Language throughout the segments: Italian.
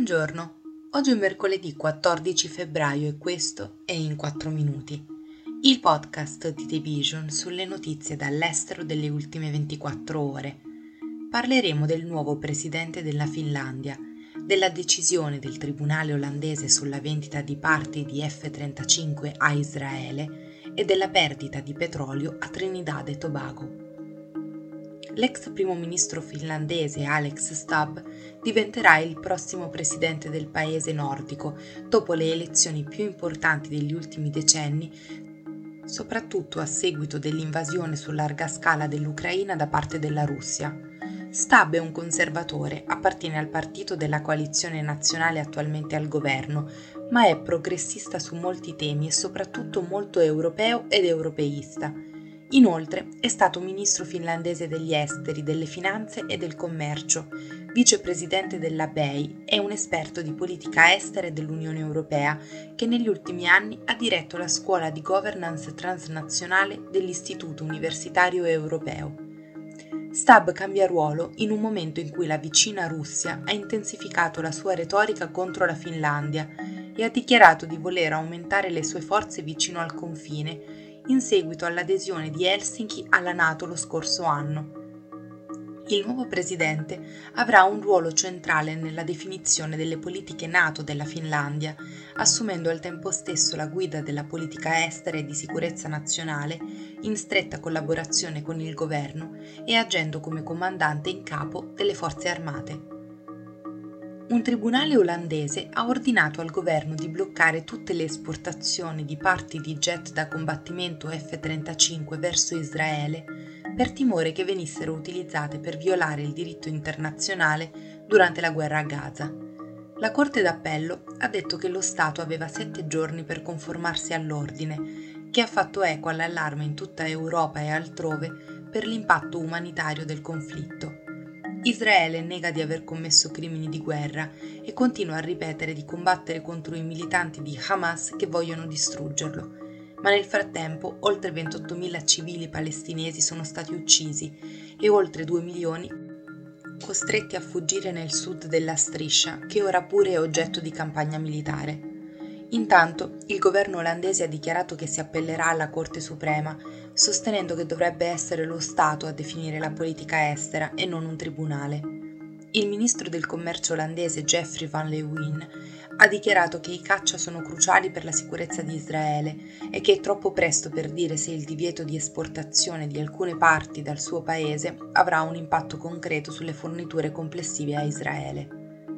Buongiorno, oggi è mercoledì 14 febbraio e questo è In 4 Minuti, il podcast di The Vision sulle notizie dall'estero delle ultime 24 ore. Parleremo del nuovo presidente della Finlandia, della decisione del tribunale olandese sulla vendita di parti di F-35 a Israele e della perdita di petrolio a Trinidad e Tobago. L'ex primo ministro finlandese Alex Stubb diventerà il prossimo presidente del paese nordico dopo le elezioni più importanti degli ultimi decenni, soprattutto a seguito dell'invasione su larga scala dell'Ucraina da parte della Russia. Stubb è un conservatore, appartiene al partito della coalizione nazionale attualmente al governo, ma è progressista su molti temi e soprattutto molto europeo ed europeista. Inoltre è stato ministro finlandese degli esteri, delle finanze e del commercio, vicepresidente della BEI e un esperto di politica estera e dell'Unione Europea che negli ultimi anni ha diretto la scuola di governance transnazionale dell'Istituto Universitario Europeo. Stubb cambia ruolo in un momento in cui la vicina Russia ha intensificato la sua retorica contro la Finlandia e ha dichiarato di voler aumentare le sue forze vicino al confine in seguito all'adesione di Helsinki alla NATO lo scorso anno. Il nuovo presidente avrà un ruolo centrale nella definizione delle politiche NATO della Finlandia, assumendo al tempo stesso la guida della politica estera e di sicurezza nazionale, in stretta collaborazione con il governo e agendo come comandante in capo delle forze armate. Un tribunale olandese ha ordinato al governo di bloccare tutte le esportazioni di parti di jet da combattimento F-35 verso Israele per timore che venissero utilizzate per violare il diritto internazionale durante la guerra a Gaza. La Corte d'Appello ha detto che lo Stato aveva 7 giorni per conformarsi all'ordine, che ha fatto eco all'allarme in tutta Europa e altrove per l'impatto umanitario del conflitto. Israele nega di aver commesso crimini di guerra e continua a ripetere di combattere contro i militanti di Hamas che vogliono distruggerlo. Ma nel frattempo oltre 28.000 civili palestinesi sono stati uccisi e oltre 2 milioni costretti a fuggire nel sud della striscia, che ora pure è oggetto di campagna militare. Intanto, il governo olandese ha dichiarato che si appellerà alla Corte Suprema, sostenendo che dovrebbe essere lo Stato a definire la politica estera e non un tribunale. Il ministro del commercio olandese Geoffrey van Leeuwen ha dichiarato che i caccia sono cruciali per la sicurezza di Israele e che è troppo presto per dire se il divieto di esportazione di alcune parti dal suo paese avrà un impatto concreto sulle forniture complessive a Israele.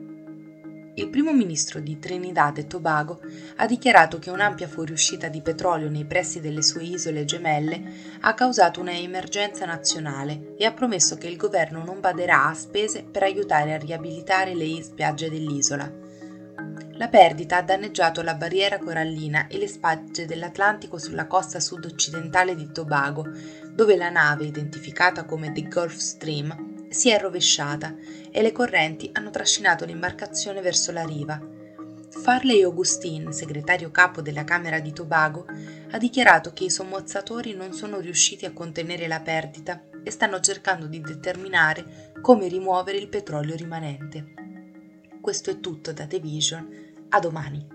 Il primo ministro di Trinidad e Tobago ha dichiarato che un'ampia fuoriuscita di petrolio nei pressi delle sue isole gemelle ha causato una emergenza nazionale e ha promesso che il governo non baderà a spese per aiutare a riabilitare le spiagge dell'isola. La perdita ha danneggiato la barriera corallina e le spiagge dell'Atlantico sulla costa sud-occidentale di Tobago, dove la nave, identificata come The Gulf Stream, si è rovesciata e le correnti hanno trascinato l'imbarcazione verso la riva. Farley Augustin, segretario capo della Camera di Tobago, ha dichiarato che i sommozzatori non sono riusciti a contenere la perdita e stanno cercando di determinare come rimuovere il petrolio rimanente. Questo è tutto da The Vision, a domani.